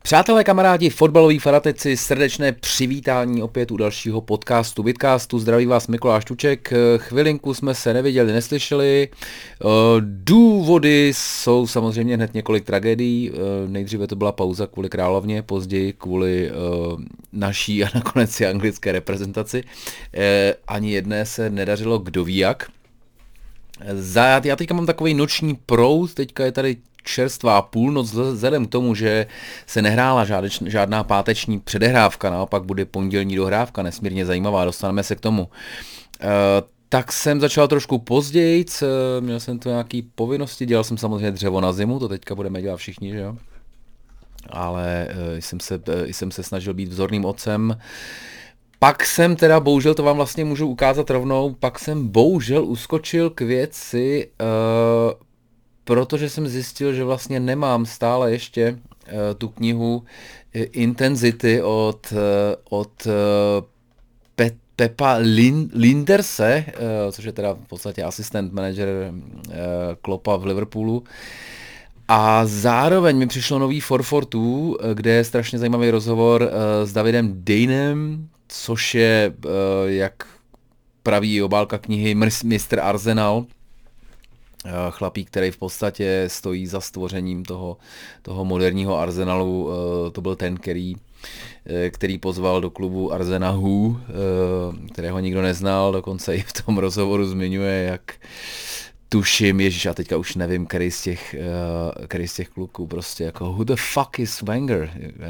Přátelé, kamarádi, fotbaloví fanatici, srdečné přivítání opět u dalšího podcastu Vidcastu. Zdraví vás Mikuláš Tuček. Chvilinku jsme se neviděli, neslyšeli. Důvody jsou samozřejmě hned několik tragédií. Nejdříve to byla pauza kvůli královně, později kvůli naší a nakonec i anglické reprezentaci. Ani jedné se nedařilo kdo ví jak. Já teďka mám takový noční proud, teďka je tady čerstvá půlnoc vzhledem k tomu, že se nehrála žádná páteční předehrávka, naopak bude pondělní dohrávka, nesmírně zajímavá, dostaneme se k tomu. Tak jsem začal trošku později, měl jsem tu nějaký povinnosti, dělal jsem samozřejmě dřevo na zimu, to teďka budeme dělat všichni, že jo? Ale jsem se snažil být vzorným otcem. Pak jsem teda, bohužel to vám vlastně můžu ukázat rovnou, pak jsem bohužel uskočil k věci, protože jsem zjistil, že vlastně nemám stále ještě tu knihu Intensity od Pepa Linderse, což je teda v podstatě asistent manažer Kloppa v Liverpoolu. A zároveň mi přišlo nový 442, kde je strašně zajímavý rozhovor s Davidem Deinem, což je, jak praví obálka knihy, Mr. Arsenal, chlapík, který v podstatě stojí za stvořením toho moderního Arsenalu. To byl ten, který pozval do klubu Arsenalu, kterého nikdo neznal, dokonce i v tom rozhovoru zmiňuje, jak tuším, ježiš, a teďka už nevím, který z těch kluků, prostě jako who the fuck is Wenger,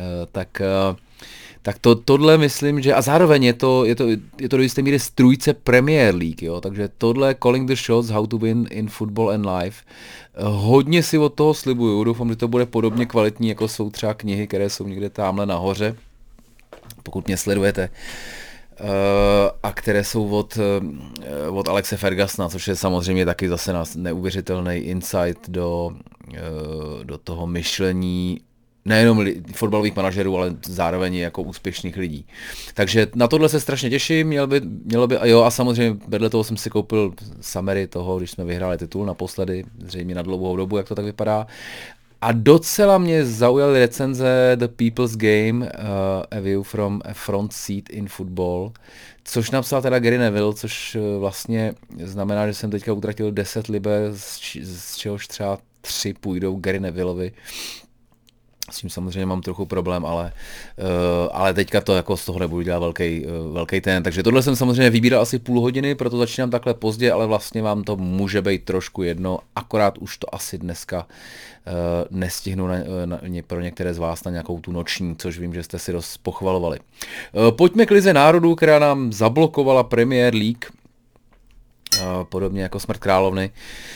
tak tohle myslím, že a zároveň je to do jisté míry strůjce Premier League, jo, takže tohle Calling the Shots, How to Win in Football and Life, hodně si od toho slibuju, doufám, že to bude podobně kvalitní, jako jsou třeba knihy, které jsou někde tamhle nahoře, pokud mě sledujete, a které jsou od Alexe Fergusona, což je samozřejmě taky zase neuvěřitelný insight do toho myšlení nejenom fotbalových manažerů, ale zároveň jako úspěšných lidí. Takže na tohle se strašně těším, mělo by, a samozřejmě vedle toho jsem si koupil summary toho, když jsme vyhráli titul naposledy, zřejmě na dlouhou dobu, jak to tak vypadá. A docela mě zaujaly recenze The People's Game, A View from a Front Seat in Football, což napsal teda Gary Neville, což vlastně znamená, že jsem teďka utratil 10 liber, z čehož třeba 3 půjdou Gary Nevilleovi. S tím samozřejmě mám trochu problém, ale teďka to jako z toho nebudu dělat velký ten. Takže tohle jsem samozřejmě vybíral asi půl hodiny, proto začínám takhle pozdě, ale vlastně vám to může být trošku jedno, akorát už to asi dneska nestihnu pro některé z vás na nějakou tu noční, což vím, že jste si dost pochvalovali. Pojďme k lize národů, která nám zablokovala Premier League, podobně jako smrt královny.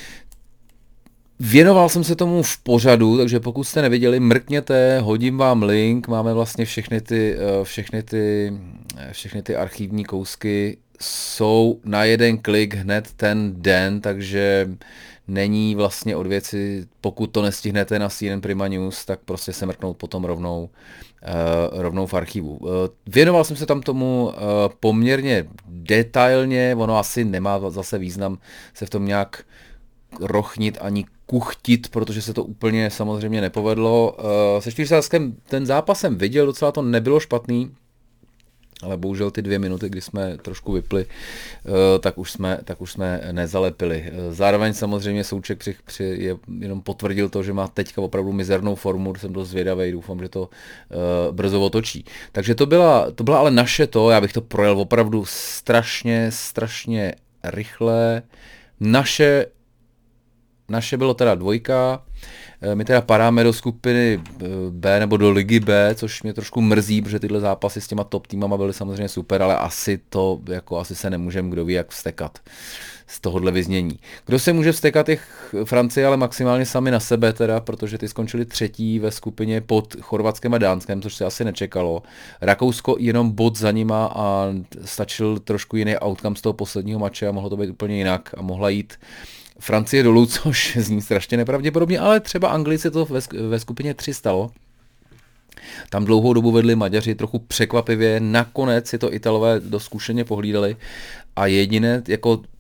Věnoval jsem se tomu v pořadu, takže pokud jste neviděli, mrkněte, hodím vám link, máme vlastně všechny ty archivní kousky, jsou na jeden klik hned ten den, takže není vlastně od věci, pokud to nestihnete na CNN Prima News, tak prostě se mrknout potom rovnou v archivu. Věnoval jsem se tam tomu poměrně detailně, ono asi nemá zase význam se v tom nějak rochnit ani kuchtit, protože se to úplně samozřejmě nepovedlo. Se Švýcarskem ten zápas jsem viděl, docela to nebylo špatný, ale bohužel ty 2 minuty, kdy jsme trošku vypli, tak už jsme nezalepili. Zároveň samozřejmě Souček jenom potvrdil to, že má teďka opravdu mizernou formu, jsem dost zvědavý, doufám, že to brzo otočí. Takže to byla ale naše já bych to projel opravdu strašně rychle. Naše bylo teda 2, my teda padáme do skupiny B nebo do ligy B, což mě trošku mrzí, protože tyhle zápasy s těma top týmama byly samozřejmě super, ale asi se nemůžeme kdo ví jak vztekat z tohohle vyznění. Kdo se může vztekat je Francie, ale maximálně sami na sebe teda, protože ty skončili 3. ve skupině pod Chorvatskem a Dánskem, což se asi nečekalo. Rakousko jenom bod za nima a stačil trošku jiný outcome z toho posledního mače a mohlo to být úplně jinak a mohla jít Francie dolů, což zní strašně nepravděpodobně, ale třeba Anglici to ve skupině 3 stalo. Tam dlouhou dobu vedli Maďaři trochu překvapivě, nakonec si to Italové dost zkušeně pohlídali a jediné, jako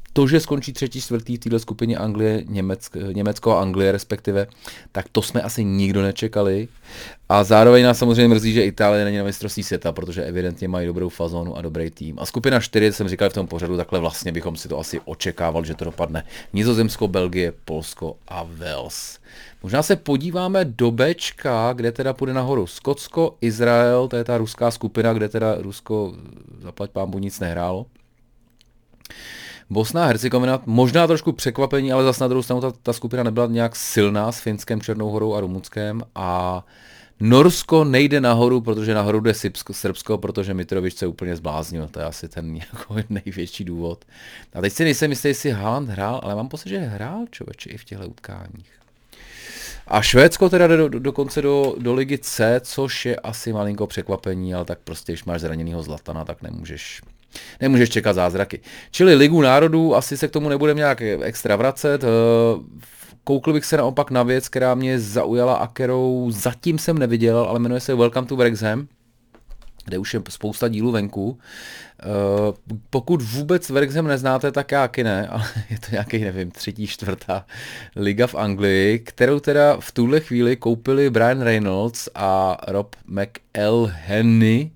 to, že skončí třetí, čtvrtý v této skupině Anglie, Německo a Anglie respektive, tak to jsme asi nikdo nečekali. A zároveň nás samozřejmě mrzí, že Itálie není na mistrovství světa, protože evidentně mají dobrou fazonu a dobrý tým. A skupina 4, jsem říkal v tom pořadu, takhle vlastně bychom si to asi očekávali, že to dopadne. Nizozemsko, Belgie, Polsko a Wales. Možná se podíváme do Bčka, kde teda půjde nahoru Skotsko, Izrael, to je ta ruská skupina, kde teda Rusko, zaplať pánbu, nic nehrálo. Bosna a Hercegovina, možná trošku překvapení, ale zase na druhou stranu ta skupina nebyla nějak silná s Finskem, Černou Horou a Rumunskem. A Norsko nejde nahoru, protože nahoru jde Srbsko, protože Mitrovič se úplně zbláznil. To je asi ten jako největší důvod. A teď si nejsem jistý, jestli Haaland hrál, ale mám pocit, že hrál, člověče, i v těchto utkáních. A Švédsko teda jde dokonce do ligy C, což je asi malinko překvapení, ale tak prostě, když máš zraněnýho Zlatana, tak nemůžeš čekat zázraky. Čili Ligu národů, asi se k tomu nebudeme nějak extra vracet. Koukl bych se naopak na věc, která mě zaujala a kterou zatím jsem neviděl, ale jmenuje se Welcome to Wrexham, kde už je spousta dílů venku. Pokud vůbec Wrexham neznáte, tak já taky ne, ale je to nějaký, nevím, 3., 4. liga v Anglii, kterou teda v tuhle chvíli koupili Brian Reynolds a Rob McElhenney,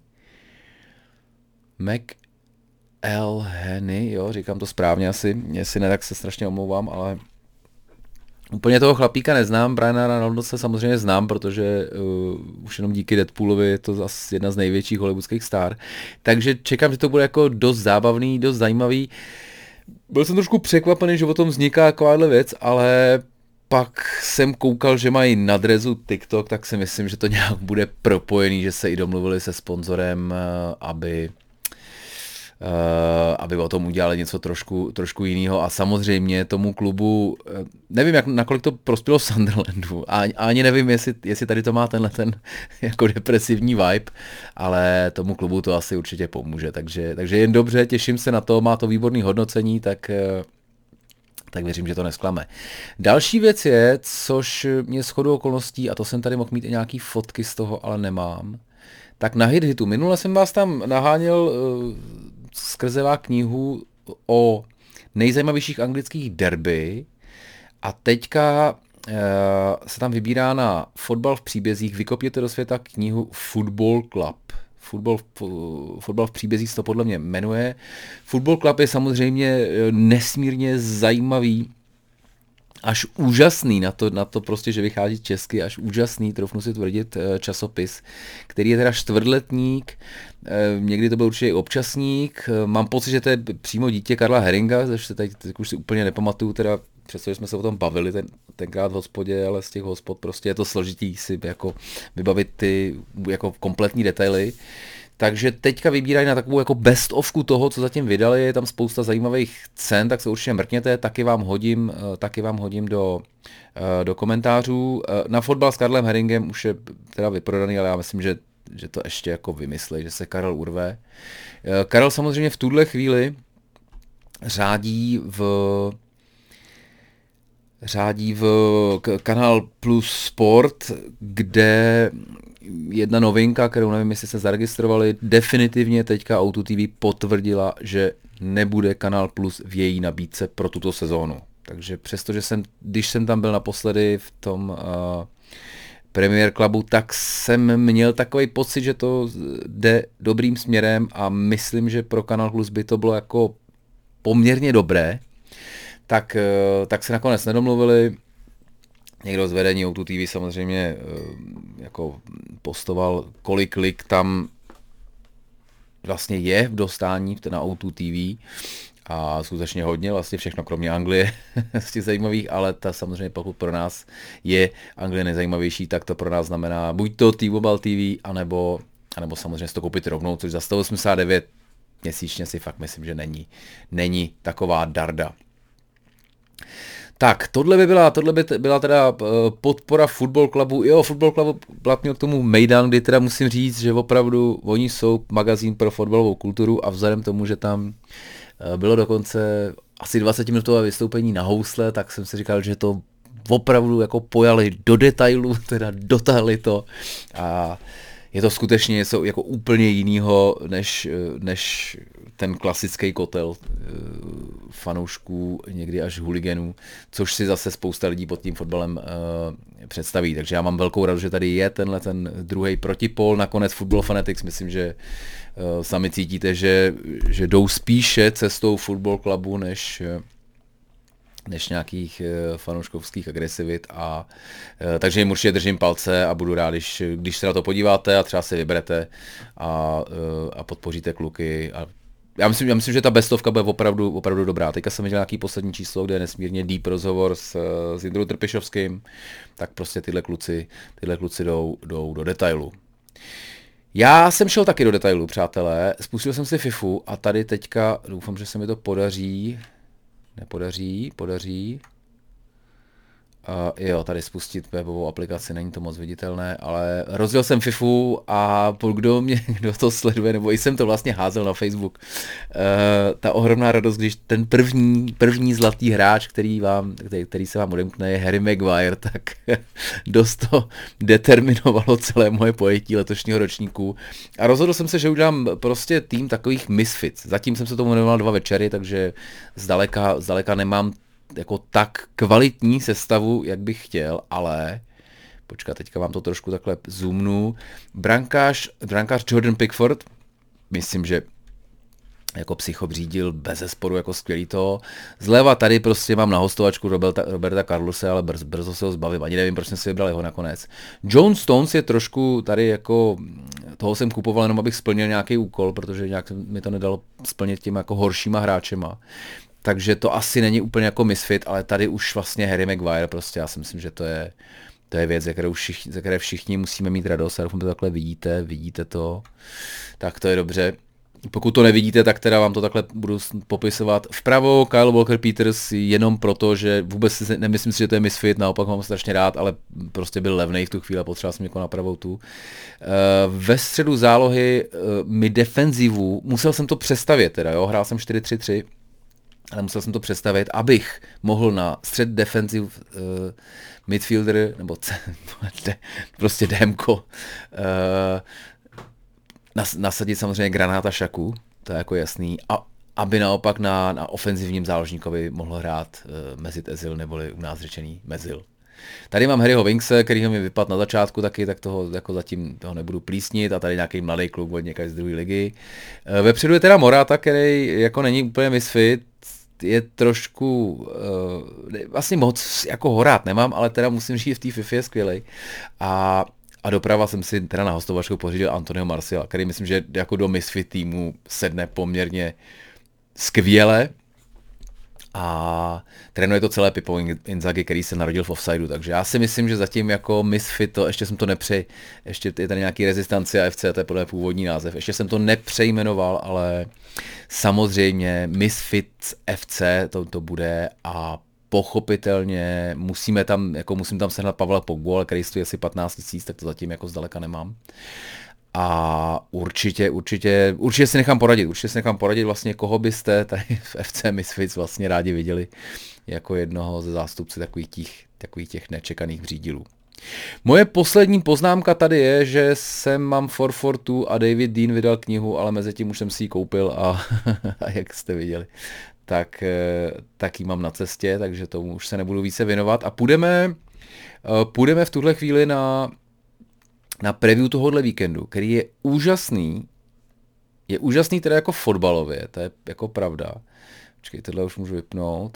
jo, říkám to správně asi, jestli ne, tak se strašně omlouvám, ale úplně toho chlapíka neznám, Briana Reynoldse samozřejmě znám, protože už jenom díky Deadpoolovi je to zase jedna z největších hollywoodských star, takže čekám, že to bude jako dost zábavný, dost zajímavý. Byl jsem trošku překvapený, že o tom vzniká takováhle věc, ale pak jsem koukal, že mají na drezu TikTok, tak si myslím, že to nějak bude propojený, že se i domluvili se sponzorem, aby o tom udělali něco trošku jiného a samozřejmě tomu klubu, nevím, nakolik to prospělo Sunderlandu a ani nevím, jestli tady to má tenhle ten jako depresivní vibe, ale tomu klubu to asi určitě pomůže, takže jen dobře, těším se na to, má to výborný hodnocení, tak věřím, že to nesklame. Další věc je, což mě shodou okolností, a to jsem tady mohl mít i nějaký fotky z toho, ale nemám, tak na hitu. Minule jsem vás tam naháněl skrzevá knihu o nejzajímavějších anglických derby a teďka se tam vybírá na fotbal v příbězích, vykopněte do světa knihu Football Club. Fotbal v příbězích se to podle mě jmenuje. Football Club je samozřejmě nesmírně zajímavý, až úžasný, na to prostě, že vychází česky, až úžasný, troufnu si tvrdit, časopis, který je teda čtvrtletník, někdy to byl určitě i občasník, mám pocit, že to je přímo dítě Karla Herringa, což se teď už si úplně nepamatuju, teda přestože jsme se o tom bavili tenkrát v hospodě, ale z těch hospod prostě je to složitý si jako vybavit ty jako kompletní detaily. Takže teďka vybírají na takovou jako best ofku toho, co zatím vydali, je tam spousta zajímavých cen, tak se určitě mrkněte, taky vám hodím do komentářů. Na fotbal s Karlem Herringem už je teda vyprodaný, ale já myslím, že to ještě jako vymyslí, že se Karel urve. Karel samozřejmě v tuhle chvíli řádí v Kanál Plus Sport, kde jedna novinka, kterou nevím, jestli se zaregistrovali, definitivně teďka O2 TV potvrdila, že nebude Kanál Plus v její nabídce pro tuto sezónu. Takže přestože když jsem tam byl naposledy v tom Premier Clubu, tak jsem měl takový pocit, že to jde dobrým směrem a myslím, že pro Kanál Plus by to bylo jako poměrně dobré. Tak se nakonec nedomluvili. Někdo z vedení O2 TV samozřejmě jako postoval, kolik lig tam vlastně je v dostání na O2 TV a skutečně hodně, vlastně všechno kromě Anglie z těch zajímavých, ale ta samozřejmě pokud pro nás je Anglie nejzajímavější, tak to pro nás znamená buď to T-Mobile TV, anebo samozřejmě si to koupit rovnou, což za 189 měsíčně si fakt myslím, že není taková darda. Tak, tohle by byla teda podpora Football Clubu. Jo, Football Clubu měl k tomu mejdan, kdy teda musím říct, že opravdu oni jsou magazín pro fotbalovou kulturu a vzhledem tomu, že tam bylo dokonce asi 20-minutové vystoupení na housle, tak jsem si říkal, že to opravdu jako pojali do detailu, teda dotáhli to a je to skutečně něco jako úplně jinýho, než ten klasický kotel fanoušků, někdy až huliganů, což si zase spousta lidí pod tím fotbalem představí. Takže já mám velkou radost, že tady je tenhle ten druhý protipol. Nakonec Football Fanatics, myslím, že sami cítíte, že jdou spíše cestou Football Clubu, než nějakých fanouškovských agresivit takže jim určitě držím palce a budu rád, když se na to podíváte a třeba si vyberete a podpoříte kluky. A já myslím, že ta bestovka bude opravdu dobrá. Teďka jsem viděl nějaký poslední číslo, kde je nesmírně deep rozhovor s Jindrou Trpišovským, tak prostě tyhle kluci jdou do detailu. Já jsem šel taky do detailu, přátelé, spustil jsem si FIFU a tady teďka, doufám, že se mi to podaří. Podaří. Jo, tady spustit webovou aplikaci, není to moc viditelné, ale rozjel jsem FIFU a kdo to sleduje, nebo jsem to vlastně házel na Facebook, ta ohromná radost, když ten první zlatý hráč, který se vám odemkne, je Harry Maguire, tak dost to determinovalo celé moje pojetí letošního ročníku a rozhodl jsem se, že udělám prostě tým takových misfits. Zatím jsem se tomu jmenoval 2 večery, takže zdaleka nemám jako tak kvalitní sestavu, jak bych chtěl, ale teďka vám to trošku takhle zoomnu. Brankář Jordan Pickford, myslím, že jako psycho řídil bezesporu jako skvělý to. Zleva tady prostě mám na hostovačku Roberta Carlose, ale brzo se ho zbavím. Ani nevím, proč jsem si vybral jeho nakonec. John Stones je trošku tady jako, toho jsem kupoval jenom, abych splnil nějaký úkol, protože nějak mi to nedalo splnit těma jako horšíma hráčema. Takže to asi není úplně jako misfit, ale tady už vlastně Harry Maguire, prostě já si myslím, že to je věc, ze které všichni musíme mít radost. Já doufám, že to takhle vidíte to, tak to je dobře. Pokud to nevidíte, tak teda vám to takhle budu popisovat. Vpravo Kyle Walker-Peters jenom proto, že vůbec si nemyslím si, že to je misfit, naopak mám strašně rád, ale prostě byl levnej v tu chvíli a potřeboval jsem někoho na pravou tu. Ve středu zálohy mi defenzivu, musel jsem to přestavět teda, jo, hrál jsem 4-3-3, ale musel jsem to přestavit, abych mohl na střed defensive midfielder, nebo prostě DMko, nasadit samozřejmě Granáta Xhaku, to je jako jasný, a aby naopak na ofenzivním záložníkovi mohl hrát Mesut Özil, neboli u nás řečený Mezil. Tady mám Harryho Winkse, kterýho mi vypadl na začátku taky, tak toho jako zatím toho nebudu plísnit, a tady nějaký mladý kluk od někde z druhé ligy. Vepředu je teda Morata, který jako není úplně misfit, je trošku, vlastně moc jako ho rád nemám, ale teda musím říct, v té FIFA je skvělej. A doprava jsem si teda na hostovačku pořídil Antonio Marciala, který myslím, že jako do misfit týmu sedne poměrně skvěle. A trénuje to celé Pippo Inzaghi, který se narodil v offsideu, takže já si myslím, že zatím jako misfit, ještě jsem to ještě je tady nějaký Rezistanci AFC, to je podle původní název, ještě jsem to nepřejmenoval, ale samozřejmě misfit FC to bude a pochopitelně musím tam sehnat Pavla Pogbu, ale který stojí asi 15 000, tak to zatím jako zdaleka nemám. A určitě si nechám poradit vlastně, koho byste tady v FC Misfits vlastně rádi viděli jako jednoho ze zástupců takových těch nečekaných břídilů. Moje poslední poznámka tady je, že jsem mám 442 a David Dean vydal knihu, ale mezi tím už jsem si ji koupil a jak jste viděli, tak ji mám na cestě, takže tomu už se nebudu více věnovat a půjdeme v tuhle chvíli na preview tohohle víkendu, který je úžasný teda jako fotbalově, to je jako pravda. Počkej, tohle už můžu vypnout,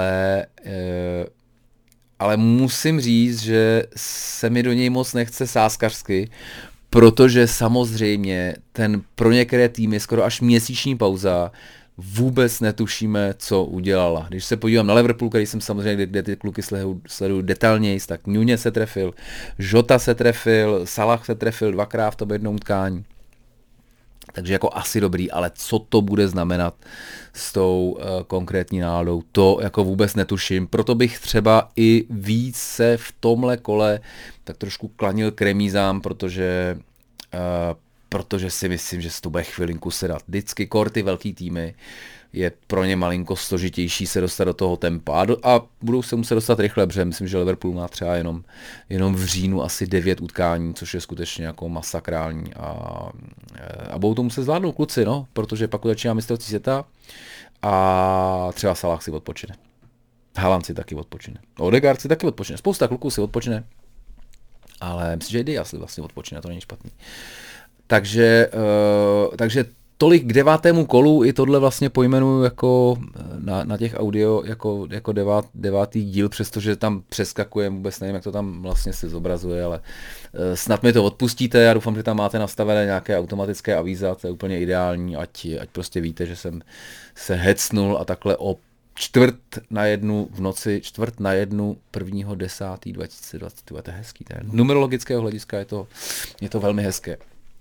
ale musím říct, že se mi do něj moc nechce sázkařsky, protože samozřejmě pro některé týmy skoro až měsíční pauza, vůbec netušíme, co udělala. Když se podívám na Liverpool, který jsem samozřejmě, kde ty kluky sleduju detailněji, tak Nunez se trefil, Jota se trefil, Salah se trefil 2krát v tom jednom utkání. Takže jako asi dobrý, ale co to bude znamenat s tou konkrétní náladou, to jako vůbec netuším. Proto bych třeba i více v tomhle kole tak trošku klanil k remízám, protože protože si myslím, že se to bude chvilinku sedat. Vždycky ty velký týmy je pro ně malinko složitější se dostat do toho tempa a budou se muset dostat rychle, protože myslím, že Liverpool má třeba jenom v říjnu asi 9 utkání, což je skutečně jako masakrální a budou to muset zvládnout kluci, no, protože pak začíná mistrovství světa a třeba Salah si odpočine. Haaland si taky odpočine. Odegaard si taky odpočine. Spousta kluků si odpočine. Ale myslím, že i Diaz si vlastně odpočine, to není špatný. Takže tolik k 9. kolu, i tohle vlastně pojmenuju jako na těch audio jako 9. díl, přestože tam přeskakujeme, vůbec nevím, jak to tam vlastně se zobrazuje, ale snad mi to odpustíte, já doufám, že tam máte nastavené nějaké automatické avíza, to je úplně ideální, ať prostě víte, že jsem se hecnul a takhle o 1:45 v noci, 1:45 1.10.2020, to je hezký, to je numerologického hlediska je to velmi hezké.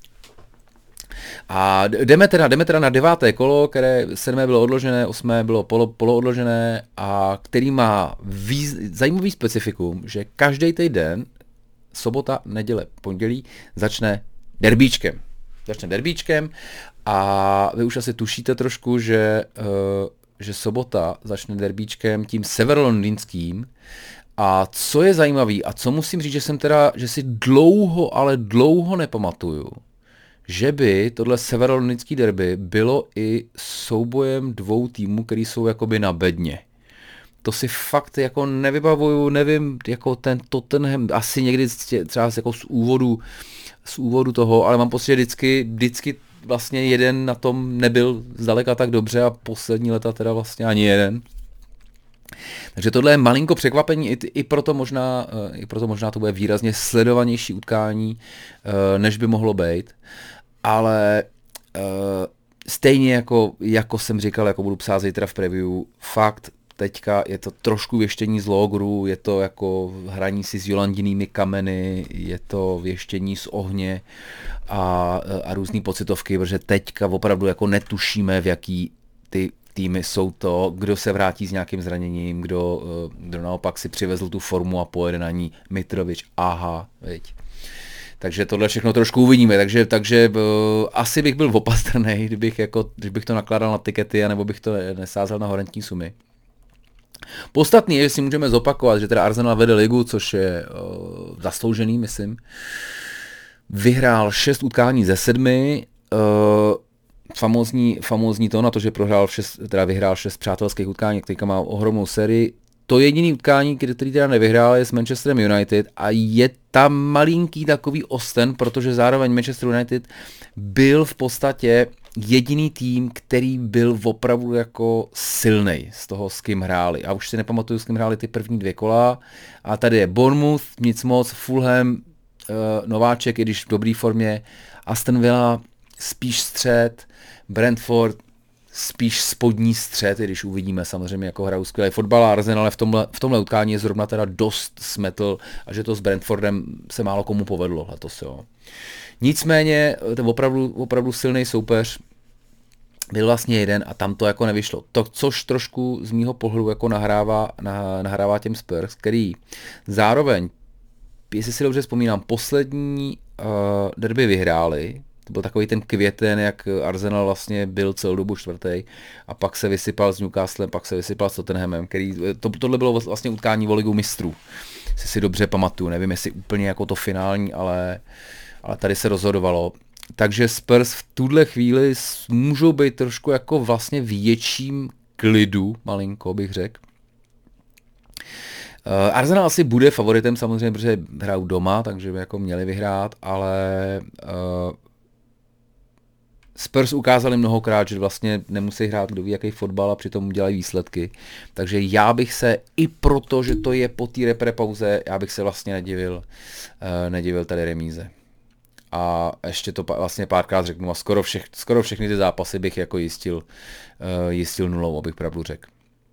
A jdeme teda na 9. kolo, které 7. bylo odložené, 8. bylo poloodložené a který má zajímavý specifikum, že každý týden, sobota, neděle, pondělí, začne derbíčkem a vy už asi tušíte trošku, že sobota začne derbíčkem tím severolondýnským. A co je zajímavý a co musím říct, že si dlouho nepamatuju, že by tohle severolondýnský derby bylo i soubojem dvou týmů, který jsou jakoby na bedně. To si fakt jako nevybavuju, nevím, jako ten Tottenham, asi někdy třeba jako z úvodu toho, ale mám pocit, že vždycky vlastně jeden na tom nebyl zdaleka tak dobře a poslední leta teda vlastně ani jeden. Takže tohle je malinko překvapení, i proto možná to bude výrazně sledovanější utkání, než by mohlo být. Ale stejně jako jsem říkal, jako budu psát zítra v preview, fakt teďka je to trošku věštění z logru, je to jako hraní si s jolandinými kameny, je to věštění z ohně a různý pocitovky, protože teďka opravdu jako netušíme, v jaký ty týmy jsou to, kdo se vrátí s nějakým zraněním, kdo naopak si přivezl tu formu a pojede na ní. Mitrovič, viď. Takže tohle všechno trošku uvidíme, takže asi bych byl opatrný, kdybych to nakládal na tikety, anebo bych to nesázel na horentní sumy. Podstatný je, že si můžeme zopakovat, že teda Arsenal vede ligu, což je zasloužený, myslím. Vyhrál 6 utkání ze 7, famózní to na to, že vyhrál 6 přátelských utkání, teďka má ohromnou sérii. To jediný utkání, který teda nevyhrál, je s Manchesterem United a je tam malinký takový osten, protože zároveň Manchester United byl v podstatě jediný tým, který byl opravdu jako silnej z toho, s kým hráli. A už si nepamatuju, s kým hráli ty první 2 kola. A tady je Bournemouth, nic moc, Fulham, nováček, i když v dobré formě, Aston Villa, spíš střed, Brentford, spíš spodní střed, i když uvidíme samozřejmě, jako hrajou skvělý fotbal a Arsenal, ale v tomhle utkání je zrovna teda dost smetl a že to s Brentfordem se málo komu povedlo letos, jo. Nicméně, ten opravdu silný soupeř byl vlastně jeden a tam to jako nevyšlo. To, což trošku z mýho pohledu jako nahrává těm Spurs, který zároveň, jestli si dobře vzpomínám, poslední derby vyhráli. To byl takový ten květen, jak Arsenal vlastně byl celou dobu 4. a pak se vysypal s Newcastlem, pak se vysypal s Tottenhamem, tohle bylo vlastně utkání o ligu mistrů. Si dobře pamatuju, nevím, jestli úplně jako to finální, ale tady se rozhodovalo. Takže Spurs v tuhle chvíli můžou být trošku jako vlastně větším klidu, malinko bych řekl. Arsenal asi bude favoritem samozřejmě, protože hrajou doma, takže by jako měli vyhrát, ale Spurs ukázali mnohokrát, že vlastně nemusí hrát kdo ví jaký fotbal a přitom dělají výsledky. Takže já bych se, i proto, že to je po té repre pauze, já bych se vlastně nedivil tady remíze. A ještě to vlastně párkrát řeknu a skoro všechny ty zápasy bych jako jistil nulou, abych pravdu řekl.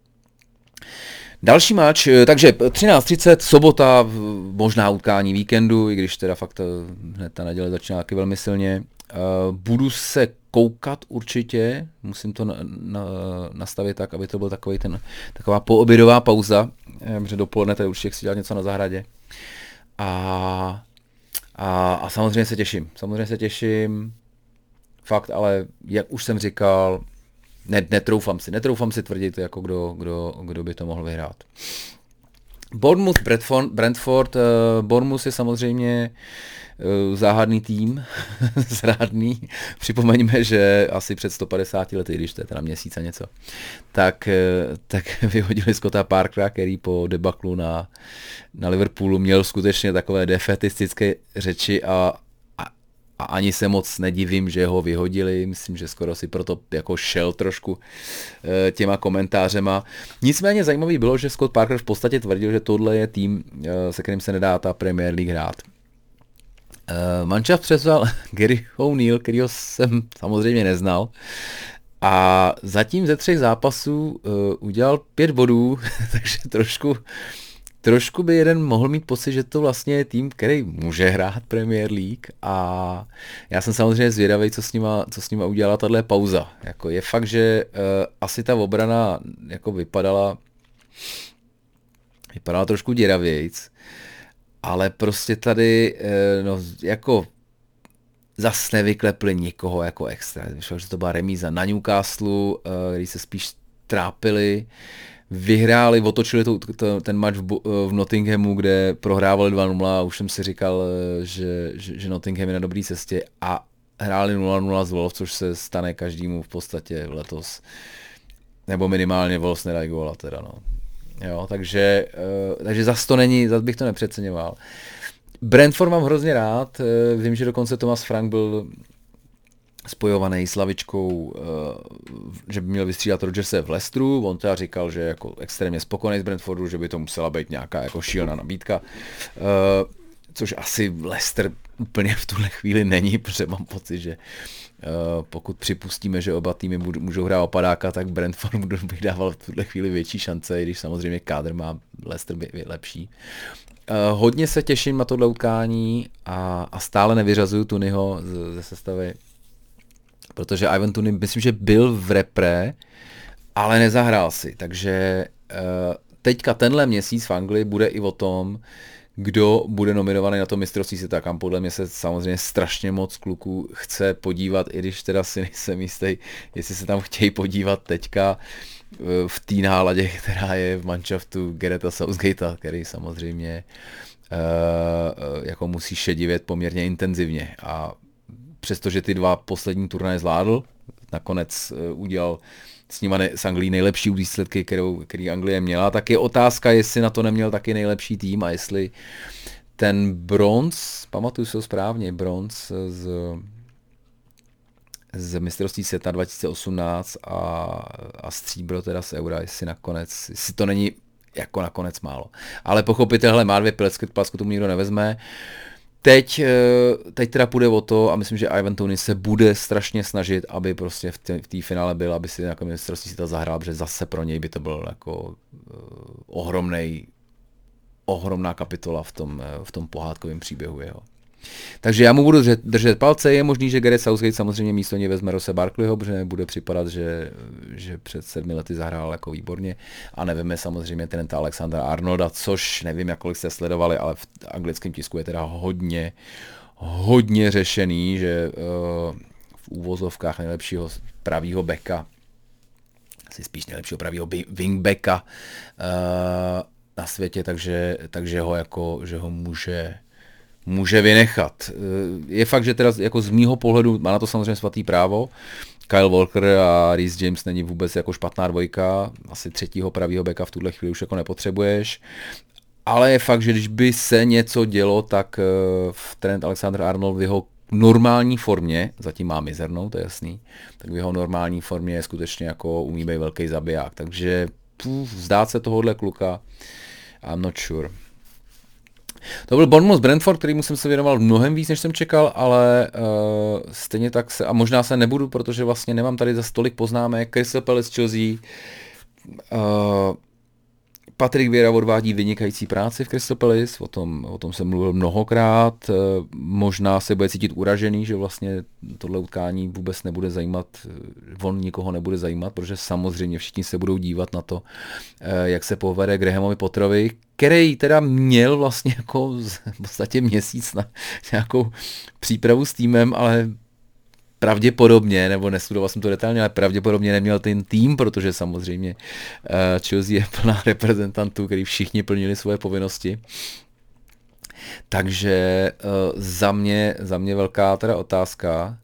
Další match, takže 13:30, sobota, možná utkání víkendu, i když teda fakt hned ta neděle začíná taky velmi silně. Budu se koukat určitě, musím to nastavit tak, aby to byl taková poobědová pauza, protože dopoledne tady určitě chci dělat něco na zahradě. A samozřejmě se těším. fakt, ale jak už jsem říkal, netroufám si tvrdit, jako kdo by to mohl vyhrát. Bournemouth, Brentford, Bournemouth je samozřejmě záhadný tým, zrádný. Připomeňme, že asi před 150 lety, když to je teda měsíc a něco, tak vyhodili Scotta Parkera, který po debaklu na Liverpoolu měl skutečně takové defetistické řeči a ani se moc nedivím, že ho vyhodili, myslím, že skoro si proto jako šel trošku těma komentářema. Nicméně zajímavý bylo, že Scott Parker v podstatě tvrdil, že tohle je tým, se kterým se nedá ta Premier League hrát. Manšaft převzal Gary O'Neill, kterýho jsem samozřejmě neznal, a zatím ze 3 zápasů udělal 5 bodů, takže trošku by jeden mohl mít pocit, že to vlastně je tým, který může hrát Premier League, a já jsem samozřejmě zvědavý, co s nima udělala tahle pauza. Jako je fakt, že asi ta obrana jako vypadala trošku děravějc, ale prostě tady no jako zas nevyklepli nikoho jako extra. Vyšlo, že to byla remíza na Newcastle, který se spíš trápili, vyhráli, otočili ten match v Nottinghamu, kde prohrávali 2-0 a už jsem si říkal, že Nottingham je na dobré cestě, a hráli 0-0 z Wolves, což se stane každému v podstatě letos. Nebo minimálně Wolves nedají góla teda, no. Jo, takže zas bych to nepřeceňoval. Brentford mám hrozně rád, vím, že dokonce Thomas Frank byl spojovaný s lavičkou, že by měl vystřídat Rodgerse v Leicesteru, on teda říkal, že je jako extrémně spokojený z Brentfordu, že by to musela být nějaká jako šílená nabídka, což asi Leicester úplně v tuhle chvíli není, protože mám pocit, že pokud připustíme, že oba týmy můžou hrát o padáka, tak Brentford bych dával v tuhle chvíli větší šance, i když samozřejmě kádr má Leicester lepší. Hodně se těším na tohle utkání a stále nevyřazuju Tunyho ze sestavy, protože Ivan Toney, myslím, že byl v repre, ale nezahrál si, takže teďka tenhle měsíc v Anglii bude i o tom, kdo bude nominovaný na to mistrovství světa, kam podle mě se samozřejmě strašně moc kluků chce podívat, i když teda si nejsem jistý, jestli se tam chtějí podívat teďka v té náladě, která je v manšaftu Gareta Southgatea, který samozřejmě jako musí šedivět poměrně intenzivně, a přestože ty 2 poslední turnaje zvládl, nakonec udělal s Anglií nejlepší výsledky, který Anglie měla, tak je otázka, jestli na to neměl taky nejlepší tým a jestli ten bronz, pamatuju si ho správně, bronz z mistrovství světa 2018 a stříbro teda z Eura, jestli to není jako nakonec málo. Ale pochopitelně má 2 placku, tomu nikdo nevezme. Teď teda půjde o to, a myslím, že Ivan Toney se bude strašně snažit, aby prostě v té finále byl, aby si jako mistrovství světa zahrál, protože zase pro něj by to byl jako ohromná kapitola v tom pohádkovém příběhu jeho. Takže já mu budu držet palce, je možný, že Gareth Southgate samozřejmě místo něj vezme Rosse Barkleyho, protože bude připadat, že před 7 lety zahrál jako výborně, a nevíme samozřejmě Trenta Alexandera-Arnolda, což nevím, jak kolik jste sledovali, ale v anglickém tisku je teda hodně řešený, že v úvozovkách nejlepšího pravýho beka, asi spíš nejlepšího pravýho wingbacka na světě, takže ho může vynechat. Je fakt, že teda jako z mýho pohledu má na to samozřejmě svatý právo. Kyle Walker a Reece James není vůbec jako špatná dvojka, asi 3. pravýho beka v tuhle chvíli už jako nepotřebuješ. Ale je fakt, že když by se něco dělo, tak v Trent Alexander-Arnold v jeho normální formě, zatím má mizernou, to je jasný, tak v jeho normální formě je skutečně jako umí být velký zabiják. Takže vzdát se tohohle kluka, I'm not sure. To byl Bournemouth Brentford, kterýmu jsem se věnoval mnohem víc, než jsem čekal, ale stejně tak a možná se nebudu, protože vlastně nemám tady za tolik poznámek. Crystal Palace Chelsea, Patrick Vieira odvádí vynikající práci v Crystal Palace, o tom jsem mluvil mnohokrát, možná se bude cítit uražený, že vlastně tohle utkání vůbec nebude zajímat, on nikoho nebude zajímat, protože samozřejmě všichni se budou dívat na to, jak se povede Grahamovi Potterovi, který teda měl vlastně jako v podstatě měsíc na nějakou přípravu s týmem, ale pravděpodobně, nebo nestudoval jsem to detailně, ale pravděpodobně neměl ten tým, protože samozřejmě Chelsea je plná reprezentantů, který všichni plnili svoje povinnosti. Takže za mě velká teda otázka.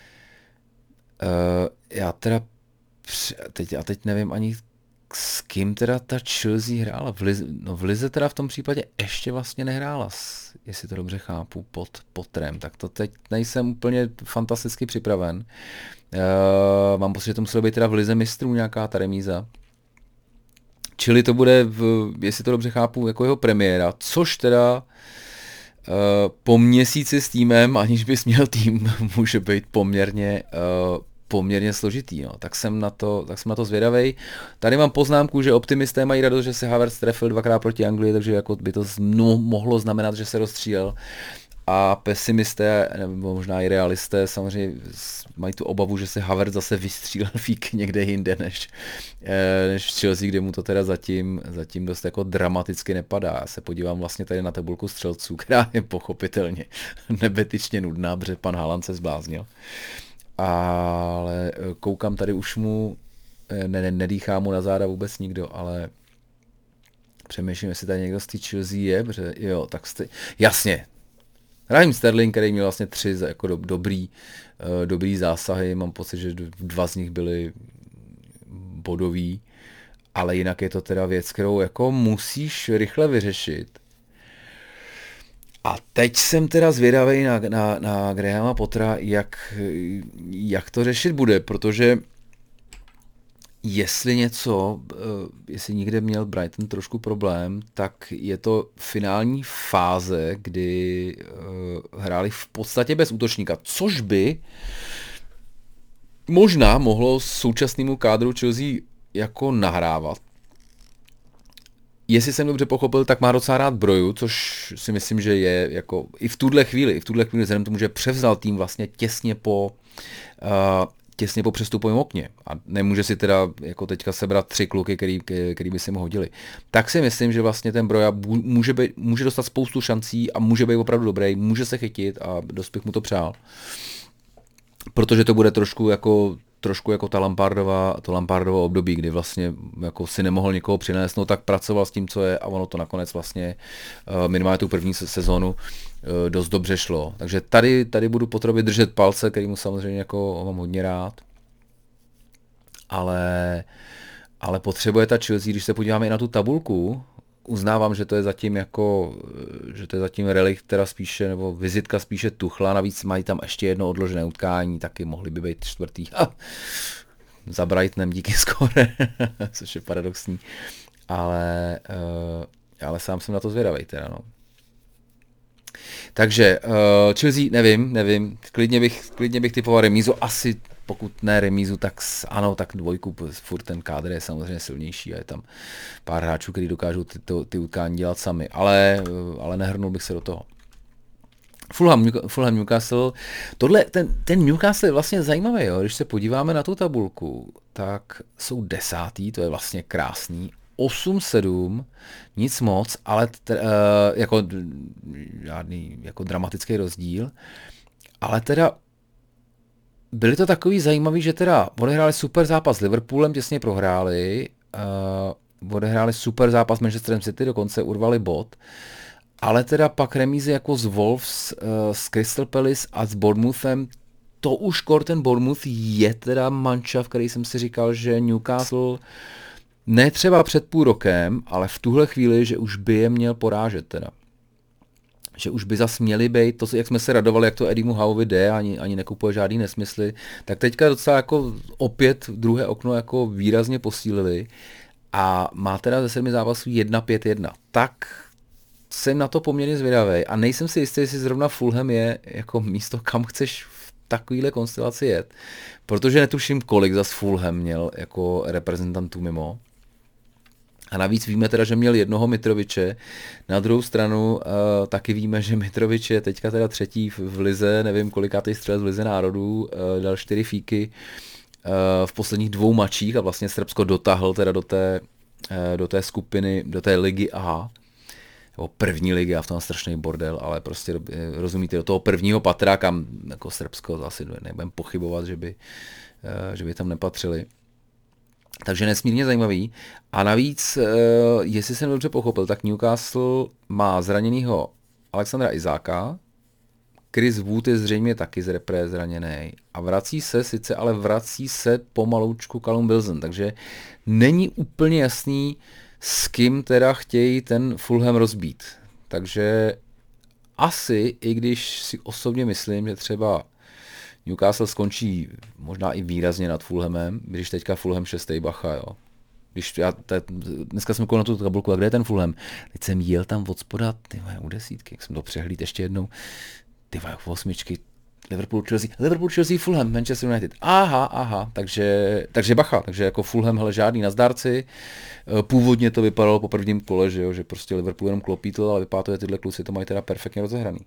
Já teda teď nevím ani s kým teda ta Chelsea hrála. V Lize teda v tom případě ještě vlastně nehrála, jestli to dobře chápu, pod Potterem. Tak to teď nejsem úplně fantasticky připraven. Mám pocit, že to muselo být teda v Lize mistrů nějaká ta remíza. Čili to bude, jestli to dobře chápu, jako jeho premiéra, což teda po měsíci s týmem, aniž bys měl tým, může být poměrně složitý, no. Tak jsem na to zvědavej. Tady mám poznámku, že optimisté mají radost, že se Havertz trefil 2krát proti Anglii, takže jako by to mohlo znamenat, že se rozstřílel. A pesimisté, nebo možná i realisté, samozřejmě mají tu obavu, že se Havertz zase vystřílel fík někde jinde než v Chelsea, kde mu to teda zatím dost jako dramaticky nepadá. Já se podívám vlastně tady na tabulku střelců, která je pochopitelně nebetyčně nudná, protože pan Haaland se zbláznil. Ale koukám, tady už mu nedýchá mu na záda vůbec nikdo, ale přemýšlím, jestli tady někdo z té Chelsea je, protože jo, tak jasně. Raheem Sterling, který měl vlastně 3 jako dobrý zásahy, mám pocit, že 2 z nich byly bodový, ale jinak je to teda věc, kterou jako musíš rychle vyřešit. A teď jsem teda zvědavý na Grahama Pottera, jak to řešit bude, protože jestli někde měl Brighton trošku problém, tak je to finální fáze, kdy hráli v podstatě bez útočníka, což by možná mohlo současnému kádru Chelsea jako nahrávat. Jestli jsem dobře pochopil, tak má docela rád Broju, což si myslím, že je jako i v tuhle chvíli vzhledem tomu, že převzal tým vlastně těsně po přestupovém okně a nemůže si teda jako teďka sebrat 3 kluky, který by si mu hodili. Tak si myslím, že vlastně ten Broja může dostat spoustu šancí a může být opravdu dobrý, může se chytit a dost bych mu to přál. Protože to bude trošku jako to Lampardova období, kdy vlastně jako si nemohl někoho přinést, no tak pracoval s tím, co je, a ono to nakonec vlastně minimálně tu první sezónu dost dobře šlo. Takže tady budu Potterovi držet palce, kterýmu samozřejmě jako mám hodně rád. Ale potřebuje ta Chelsea, když se podíváme i na tu tabulku, uznávám, že to je zatím relikt, teda spíše, nebo vizitka spíše Tuchla, navíc mají tam ještě jedno odložené utkání, taky mohli by být 4. Za Brightonem díky skóre, což je paradoxní, ale sám jsem na to zvědavej teda, no. Takže Chelsea, nevím, klidně bych typoval remízu, asi pokud ne remízu, tak ano, tak 2, furt ten kádr je samozřejmě silnější a je tam pár hráčů, kteří dokážou ty utkání dělat sami, ale nehrnul bych se do toho. Fulham Newcastle, ten Newcastle je vlastně zajímavý, jo? Když se podíváme na tu tabulku, tak jsou 10., to je vlastně krásný, 8-7, nic moc, ale jako žádný jako dramatický rozdíl, ale teda byli to takový zajímavý, že teda odehráli super zápas s Liverpoolem, těsně prohráli, odehráli super zápas s Manchesterem City, dokonce urvali bod, ale teda pak remízy jako s Wolves, s Crystal Palace a s Bournemouthem, to už ten Bournemouth je teda mančav, který jsem si říkal, že Newcastle ne třeba před půl rokem, ale v tuhle chvíli, že už by je měl porážet teda. Že už by zas měli být, to, jak jsme se radovali, jak to Edimu Howeovi jde, ani nekupuje žádný nesmysly, tak teďka docela jako opět druhé okno jako výrazně posílili a má teda ze 7 zápasů 1-5-1. Tak jsem na to poměrně zvědavý a nejsem si jistý, jestli zrovna Fulham je jako místo, kam chceš v takovýhle konstelaci jet, protože netuším, kolik zas Fulham měl jako reprezentantů mimo. A navíc víme teda, že měl jednoho Mitroviče, na druhou stranu taky víme, že Mitrovič je teďka teda 3. v lize, nevím kolikátej střelec v lize národů, dal 4 fíky v posledních 2 mačích a vlastně Srbsko dotáhl teda do té skupiny, do té ligy A. nebo první ligy, já v tom strašný bordel, ale prostě rozumíte, do toho prvního patra, kam jako Srbsko asi nebudem pochybovat, že by tam nepatřili. Takže nesmírně zajímavý. A navíc, jestli jsem dobře pochopil, tak Newcastle má zraněnýho Alexandra Izáka, Chris Wood je zřejmě taky z repre zraněný a vrací se sice, ale vrací se pomaloučku Callum Wilson, takže není úplně jasný, s kým teda chtějí ten Fulham rozbít. Takže asi, i když si osobně myslím, že třeba Newcastle skončí možná i výrazně nad Fulhamem, když teďka Fulham 6. bacha, jo. Dneska jsem koukal na tu tabulku, a kde je ten Fulham? Teď jsem jel tam od spoda, u desítky, jak jsem to přehlíd ještě jednou. V osmičky, Liverpool, Chelsea, Fulham, Manchester United. Aha, takže bacha, takže jako Fulham, hele, žádný nazdárci. Původně to vypadalo po prvním kole, že prostě Liverpool jenom klopítl, ale vypadá to, že tyhle kluci to mají teda perfektně rozehraný.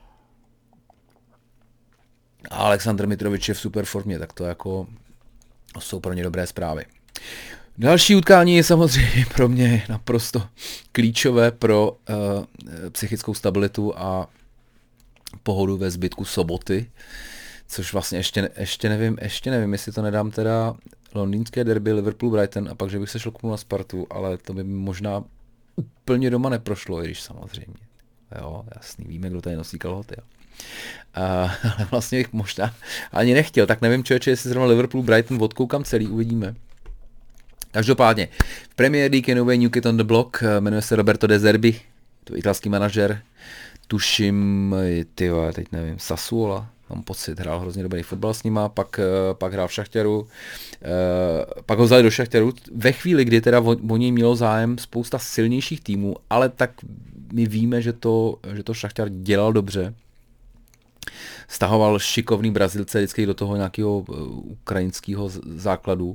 A Aleksandr Mitrovič je v super formě, tak to jako jsou pro ně dobré zprávy. Další utkání je samozřejmě pro mě naprosto klíčové pro psychickou stabilitu a pohodu ve zbytku soboty, což vlastně ještě nevím, jestli to nedám teda londýnské derby Liverpool-Brighton a pak, že bych se šel na Spartu, ale to by možná úplně doma neprošlo, i když samozřejmě. Jo, jasný, víme, kdo tady nosí kalhoty. Ale vlastně bych možná ani nechtěl, tak nevím, člověče, jestli zrovna Liverpool-Brighton odkoukám celý, uvidíme. Každopádně, v Premier League je nový New Kid on the Block, jmenuje se Roberto De Zerbi, to je italský manažer, tuším, teď nevím, Sassuola, mám pocit, hrál hrozně dobrý fotbal s nima, pak hrál v Šachtaru, pak ho vzali do Šachtaru, ve chvíli, kdy teda o něj mělo zájem spousta silnějších týmů, ale tak my víme, že to Šachtar dělal dobře, stahoval šikovný Brazilce vždycky do toho nějakého ukrajinského základu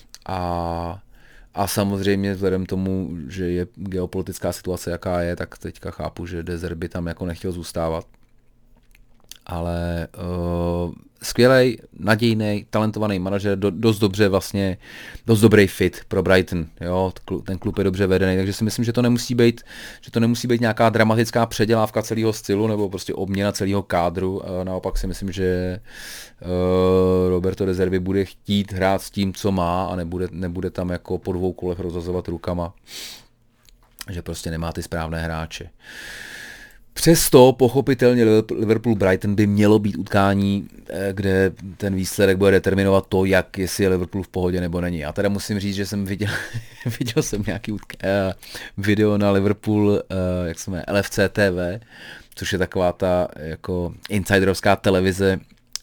a samozřejmě vzhledem tomu, že je geopolitická situace jaká je, tak teďka chápu, že De Zerbi tam jako nechtěl zůstávat. Ale skvělej, nadějnej, talentovaný manažer, dost dobrý fit pro Brighton, jo, ten klub je dobře vedený, takže si myslím, že to nemusí být nějaká dramatická předělávka celého stylu nebo prostě obměna celého kádru, naopak si myslím, že Roberto De Zerbi bude chtít hrát s tím, co má a nebude tam jako po 2 kolech rozhazovat rukama, že prostě nemá ty správné hráče. Přesto pochopitelně Liverpool-Brighton by mělo být utkání, kde ten výsledek bude determinovat to, jestli je Liverpool v pohodě nebo není. Já teda musím říct, že jsem viděl jsem nějaký video na Liverpool, jak se jmenuje, LFC TV, což je taková ta jako insiderovská televize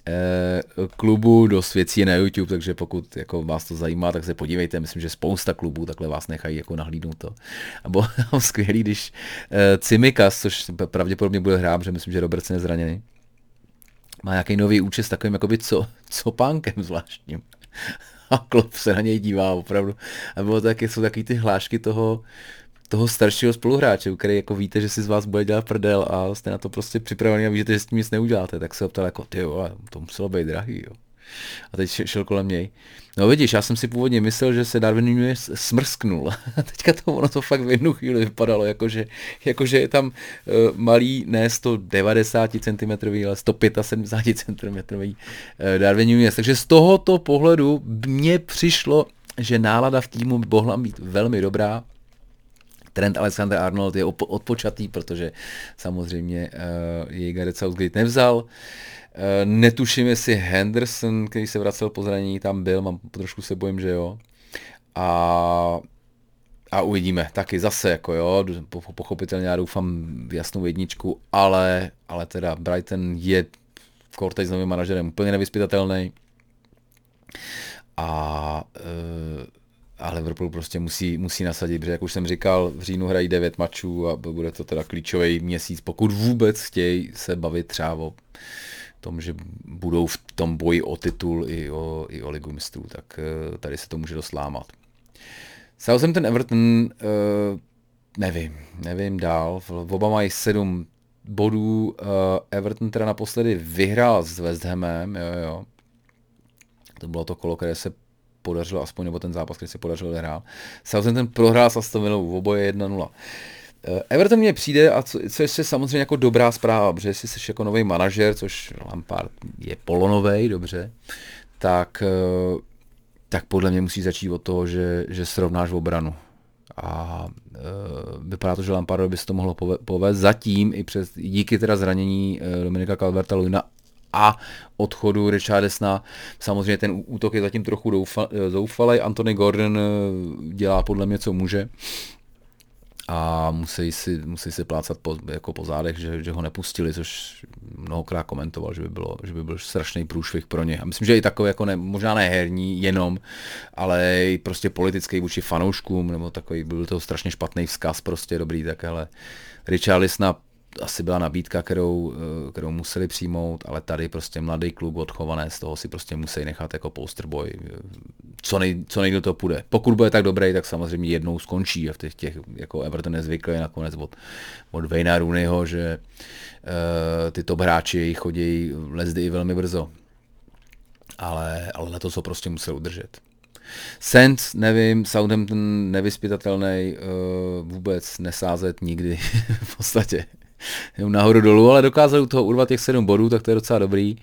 klubu, dost věcí je na YouTube, takže pokud jako vás to zajímá, tak se podívejte, myslím, že spousta klubů takhle vás nechají jako nahlídnout to. A bylo skvělý, když Tsimikas, což pravděpodobně bude hrát, protože myslím, že Robertson je zraněný, má nějaký nový účest s takovým jakoby copánkem zvláštním. A klub se na něj dívá opravdu. A bylo taky, jsou taky ty hlášky toho staršího spoluhráče, který jako víte, že si z vás bude dělat prdel a jste na to prostě připravený a víte, že s tím nic neuděláte, tak se optal jako, to muselo být drahý, jo. A teď šel kolem něj. No vidíš, já jsem si původně myslel, že se Darwin Núñez smrsknul. A teďka ono to fakt v jednu chvíli vypadalo, jakože je tam malý, ne 190 cm, ale 175 cm Darwin Núñez. Takže z tohoto pohledu mně přišlo, že nálada v týmu by mohla být velmi dobrá. Trent Alexander-Arnold je odpočatý, protože samozřejmě jej Gareth Southgate nevzal. Netuším, jestli Henderson, který se vracel po zranění, tam byl, trošku se bojím, že jo. A uvidíme, taky zase, jako jo, pochopitelně já doufám v jasnou jedničku, ale teda Brighton je teď s novým manažerem úplně nevyzpytatelný. A Liverpool prostě musí nasadit, protože jak už jsem říkal, v říjnu hrají 9 mačů a bude to teda klíčový měsíc, pokud vůbec chtějí se bavit třeba o tom, že budou v tom boji o titul i o ligu mistrů, tak tady se to může dost lámat. Southampton Everton, nevím dál, oba mají 7 bodů, Everton teda naposledy vyhrál s West Hamem, jo. To bylo to kolo, které se podařilo aspoň, nebo ten zápas, který se podařilo vyhrát. Southampton prohrál s Aston Villou v oboje 1-0. Everton mně přijde, a co je samozřejmě jako dobrá zpráva, protože jestli jsi jako nový manažer, což Lampard je polonovej, dobře, tak podle mě musí začít od toho, že srovnáš obranu. A vypadá to, že Lampardovi by se to mohlo povést zatím i díky teda zranění Dominika Calverta-Lewina a odchodu Richarlisona. Samozřejmě ten útok je zatím trochu zoufalej. Anthony Gordon dělá podle mě, co může. A musí si plácat po zádech, že ho nepustili, což mnohokrát komentoval, že by byl strašný průšvih pro ně. A myslím, že i takový, jako možná ne herní jenom, ale i prostě politický vůči fanouškům, nebo takový, byl to strašně špatný vzkaz, prostě dobrý, tak ale Richarlisona asi byla nabídka, kterou museli přijmout, ale tady prostě mladý kluk odchované z toho si prostě musí nechat jako poster boy. Co nejdřív to půjde. Pokud bude tak dobrý, tak samozřejmě jednou skončí a v těch jako Everton nezvyklý nakonec od Wayna Rooneyho, že ty top hráči chodí lezdy i velmi brzo. Ale letos ho prostě musel udržet. Saints, nevím, Southampton nevyzpytatelný, vůbec nesázet nikdy v podstatě. Nahoru dolů, ale dokázali u toho urvat těch 7 bodů, tak to je docela dobrý.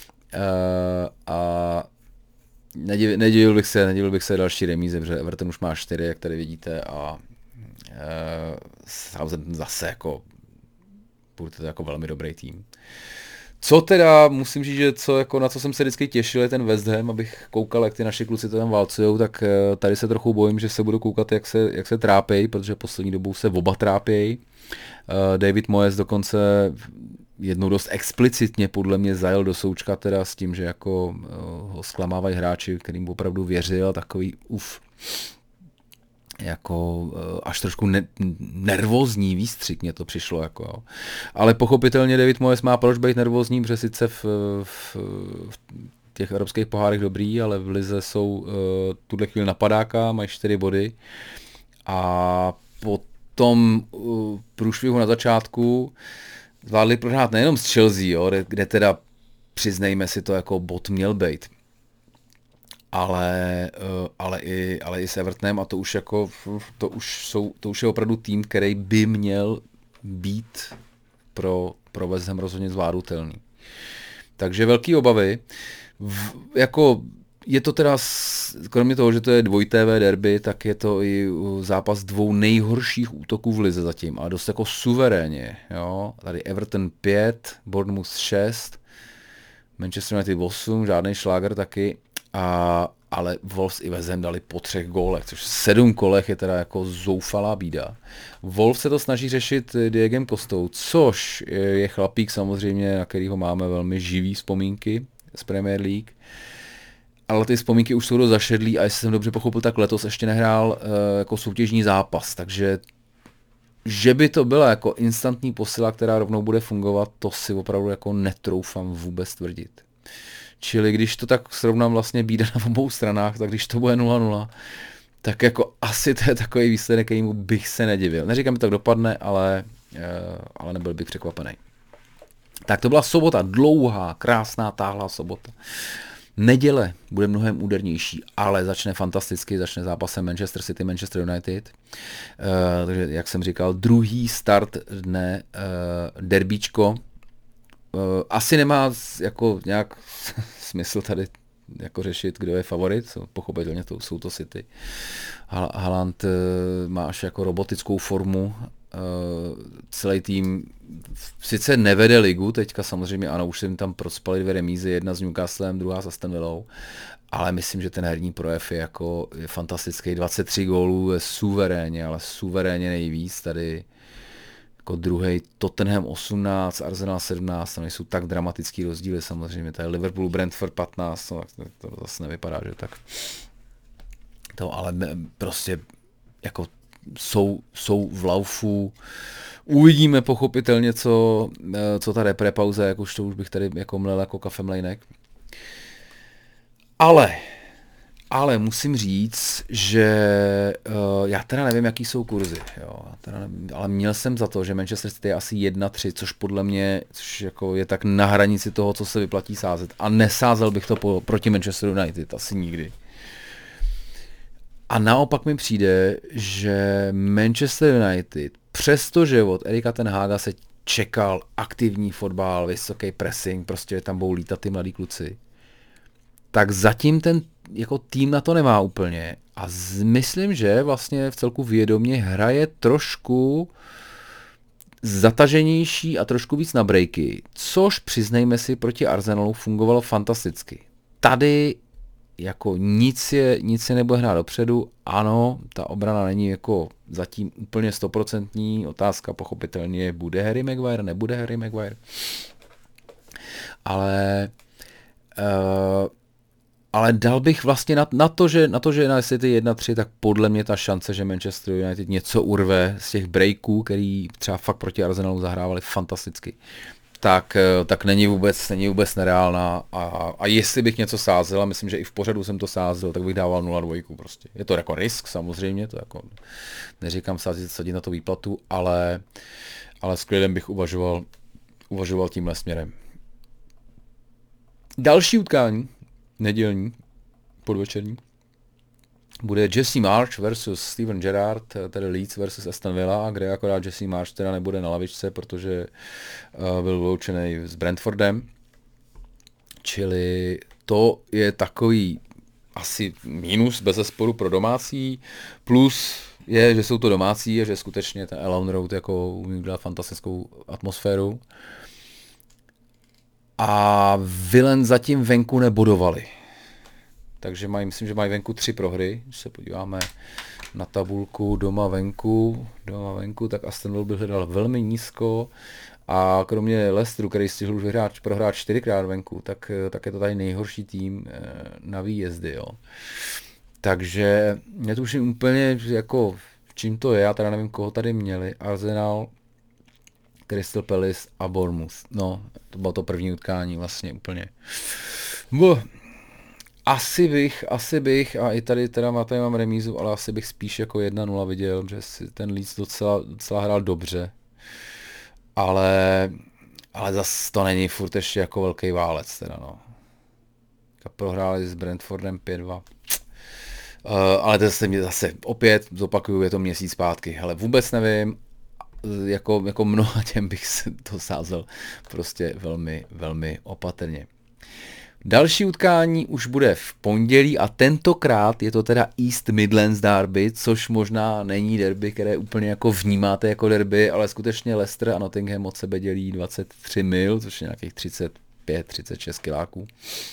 A nedivil bych se další remíze, protože Everton už má 4, jak tady vidíte, a Southampton zase jako bude to jako velmi dobrý tým. Co teda, musím říct, že na co jsem se vždycky těšil, je ten West Ham, abych koukal, jak ty naši kluci to tam válcujou, tak tady se trochu bojím, že se budu koukat, jak se trápějí, protože poslední dobou se oba trápějí. David Moyes dokonce jednou dost explicitně podle mě zajel do součka teda s tím, že jako ho zklamávají hráči, kterým opravdu věřil, takový jako až trošku nervózní výstřik mě to přišlo. Jako, jo. Ale pochopitelně David Moyes má proč být nervózní, protože sice v těch evropských pohárech dobrý, ale v lize jsou tuhle chvíli napadáka, mají 4 body a po tom průšvihu na začátku zvládli prohrát nejenom s Chelsea, jo, kde teda přiznejme si to jako bod měl být, ale i s Evertonem, a to už je opravdu tým, který by měl být pro West Ham rozhodně zvládnutelný. Takže velký obavy. Jako je to teda, kromě toho, že to je dvojité derby, tak je to i zápas 2 nejhorších útoků v lize zatím, ale dost jako suverénně. Jo? Tady Everton 5, Bournemouth 6, Manchester United 8, žádný šláger taky, ale Wolves i West Ham dali po 3 gólech, což v 7 kolech je teda jako zoufalá bída. Wolves se to snaží řešit Diegem Costou, což je chlapík samozřejmě, na kterýho máme velmi živý vzpomínky z Premier League. Ale ty vzpomínky už jsou dost zašedlý a jestli jsem dobře pochopil, tak letos ještě nehrál jako soutěžní zápas, takže že by to byla jako instantní posila, která rovnou bude fungovat, to si opravdu jako netroufám vůbec tvrdit. Čili když to tak srovnám vlastně bída na obou stranách, tak když to bude 0-0, tak jako asi to je takový výsledek, kterýmu bych se nedivil. Neříkám, že tak dopadne, ale nebyl bych překvapený. Tak to byla sobota, dlouhá, krásná, táhlá sobota. Neděle bude mnohem údernější, ale začne fantasticky, začne zápasem Manchester City, Manchester United. Takže, jak jsem říkal, druhý start dne, derbíčko. Asi nemá jako nějak smysl tady jako řešit, kdo je favorit, pochopitelně jsou to City. Haaland má až jako robotickou formu, celý tým sice nevede ligu, teďka samozřejmě ano, už se jim tam prospali 2 remízy, jedna s Newcastlem, druhá s Aston Villou, ale myslím, že ten herní projev je fantastický, 23 gólů je suverénně, ale suverénně nejvíc, tady jako druhý Tottenham 18, Arsenal 17, tam jsou tak dramatický rozdíly samozřejmě, tady Liverpool, Brentford 15, no, to zase nevypadá, že tak to, ale prostě jako jsou v laufu. Uvidíme pochopitelně, co ta reprepauze, jak už to už bych tady jako mlel jako kafemlejnek. Ale musím říct, že já teda nevím, jaký jsou kurzy, jo, ale měl jsem za to, že Manchester City je asi 1-3, což podle mě jako je tak na hranici toho, co se vyplatí sázet. A nesázel bych to proti Manchester United, asi nikdy. A naopak mi přijde, že Manchester United přestože od Erika ten Haga se čekal aktivní fotbal, vysoký pressing, prostě tam budou lítat ty mladí kluci, tak zatím ten jako tým na to nemá úplně. A myslím, že vlastně v celku vědomě hraje trošku zataženější a trošku víc na breaky, což přiznejme si proti Arsenalu fungovalo fantasticky. Tady jako nic je nebude hrát dopředu, ano, ta obrana není jako zatím úplně 100%, otázka pochopitelně bude Harry Maguire, nebude Harry Maguire, ale dal bych vlastně na to, že na City 1-3, tak podle mě ta šance, že Manchester United něco urve z těch breaků, který třeba fakt proti Arsenalu zahrávali fantasticky, tak není vůbec nereálná a jestli bych něco sázel, a myslím, že i v pořadu jsem to sázel, tak bych dával 0-2 prostě. Je to jako risk samozřejmě, to jako neříkám sadit na to výplatu, ale s klidem bych uvažoval tímhle směrem. Další utkání, nedělní, podvečerní, bude Jesse Marsch versus Steven Gerrard, tedy Leeds versus Aston Villa, kde akorát Jesse Marsch teda nebude na lavičce, protože byl vyloučený s Brentfordem. Čili to je takový asi mínus bezesporu pro domácí, plus je, že jsou to domácí a že skutečně ten Elland Road jako umí dělat fantastickou atmosféru. A Villen zatím venku nebodovali. Takže myslím, že mají venku 3 prohry. Když se podíváme na tabulku doma venku, tak Aston Villa by hledal velmi nízko a kromě Leicesteru, který stihl už prohrát 4krát venku, tak je to tady nejhorší tým na výjezdy. Jo. Takže netuším úplně, jako čím to je, já teda nevím, koho tady měli. Arsenal, Crystal Palace a Bournemouth. No, to bylo to první utkání vlastně úplně. Asi bych, a i tady mám remízu, ale asi bych spíš jako 1-0 viděl, že si ten Leeds docela hrál dobře. Ale zase to není furt ještě jako velký válec teda, no. Prohráli s Brentfordem 5-2. Ale to zase opět zopakuju, je to měsíc zpátky. Hele, vůbec nevím, jako mnoha těm bych se to sázel prostě velmi, velmi opatrně. Další utkání už bude v pondělí a tentokrát je to teda East Midlands derby, což možná není derby, které úplně jako vnímáte jako derby, ale skutečně Leicester a Nottingham od sebe dělí 23 mil, což je nějakých 35-36 kiláků.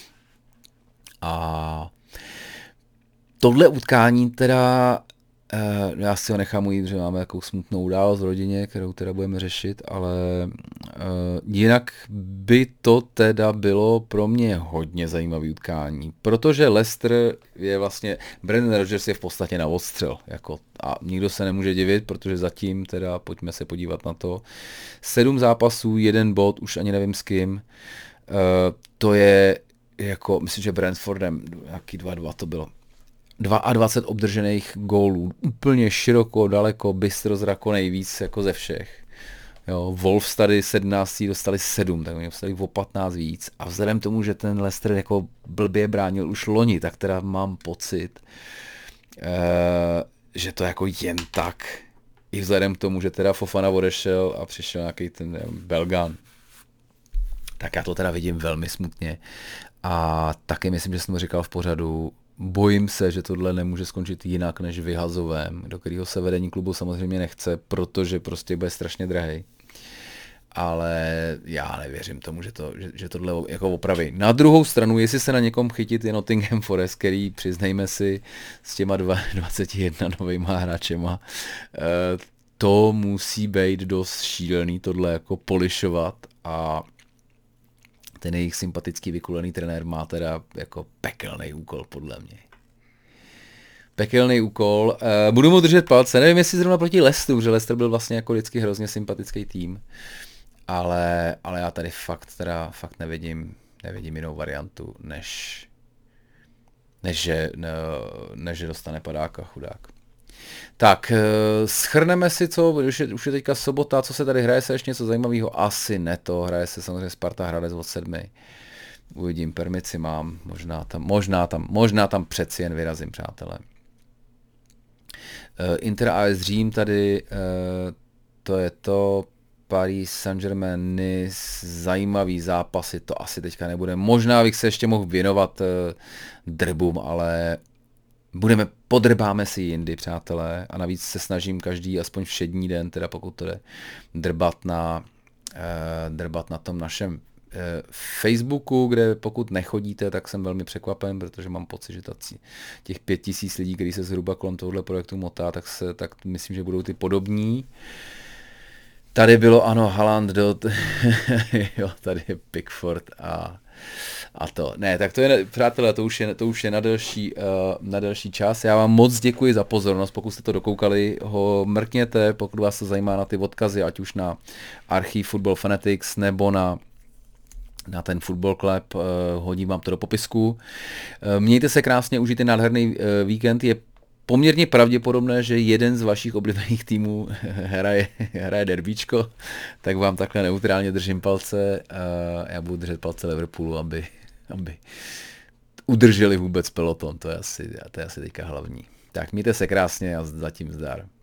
A tohle utkání teda, já si ho nechám ujít, že máme takovou smutnou událost v rodině, kterou teda budeme řešit, ale jinak by to teda bylo pro mě hodně zajímavý utkání, protože Leicester je vlastně, Brendan Rodgers je v podstatě na odstřel, jako, a nikdo se nemůže divit, protože zatím teda, pojďme se podívat na to, 7 zápasů, 1 bod, už ani nevím s kým, to je jako, myslím, že Brentfordem, nějaký 2-2 to bylo. 22 obdržených gólů, úplně široko, daleko, bystro, zrako, nejvíc jako ze všech. Jo, Wolves tady 17. dostali 7, tak oni dostali o 15 víc. A vzhledem tomu, že ten Leicester jako blbě bránil už loni, tak teda mám pocit, že to jako jen tak, i vzhledem k tomu, že teda Fofana odešel a přišel nějaký ten Belgan, tak já to teda vidím velmi smutně. A taky myslím, že jsem to říkal v pořadu, bojím se, že tohle nemůže skončit jinak než vyhazovém, do kterého se vedení klubu samozřejmě nechce, protože prostě bude strašně drahej. Ale já nevěřím tomu, že tohle jako opraví. Na druhou stranu, jestli se na někom chytit je Nottingham Forest, který, přiznejme si, s těma 21 novejma hráčema, to musí být dost šílený tohle jako polišovat a ten jejich sympatický vykulený trenér má teda jako pekelný úkol, podle mě. Pekelný úkol. Budu mu držet palce. Nevím, jestli zrovna proti Leicesteru, že Leicester byl vlastně jako vždycky hrozně sympatický tým. Ale já tady fakt nevidím jinou variantu, než že dostane padáka chudák. Tak, shrneme si, co, už je teďka sobota, co se tady hraje, se ještě něco zajímavého? Asi ne to, hraje se samozřejmě Sparta Hradec od 7. Uvidím, permici mám, možná tam přeci jen vyrazím, přátelé. Inter AS Řím tady to je to. Paris Saint-Germain, Nice, zajímavý zápasy, to asi teďka nebude. Možná bych se ještě mohl věnovat drbům, ale podrbáme si jindy, přátelé, a navíc se snažím každý, aspoň všední den, teda pokud to jde, drbat na tom našem Facebooku, kde pokud nechodíte, tak jsem velmi překvapen, protože mám pocit, že těch 5000 lidí, kteří se zhruba kolem tohohle projektu motá, tak myslím, že budou ty podobní. Tady bylo, ano, Haaland, jo, tady je Pickford a to. Ne, tak to je, přátelé, to už je na delší čas. Já vám moc děkuji za pozornost, pokud jste to dokoukali, ho mrkněte, pokud vás to zajímá, na ty odkazy, ať už na archiv Football Fanatics nebo na ten Football Club, hodím vám to do popisku. Mějte se krásně, užijte nádherný víkend, je poměrně pravděpodobné, že jeden z vašich oblíbených týmů hraje derbíčko, tak vám takhle neutrálně držím palce. Já budu držet palce Liverpoolu, aby udrželi vůbec peloton, to je asi teďka hlavní. Tak mějte se krásně a zatím zdar.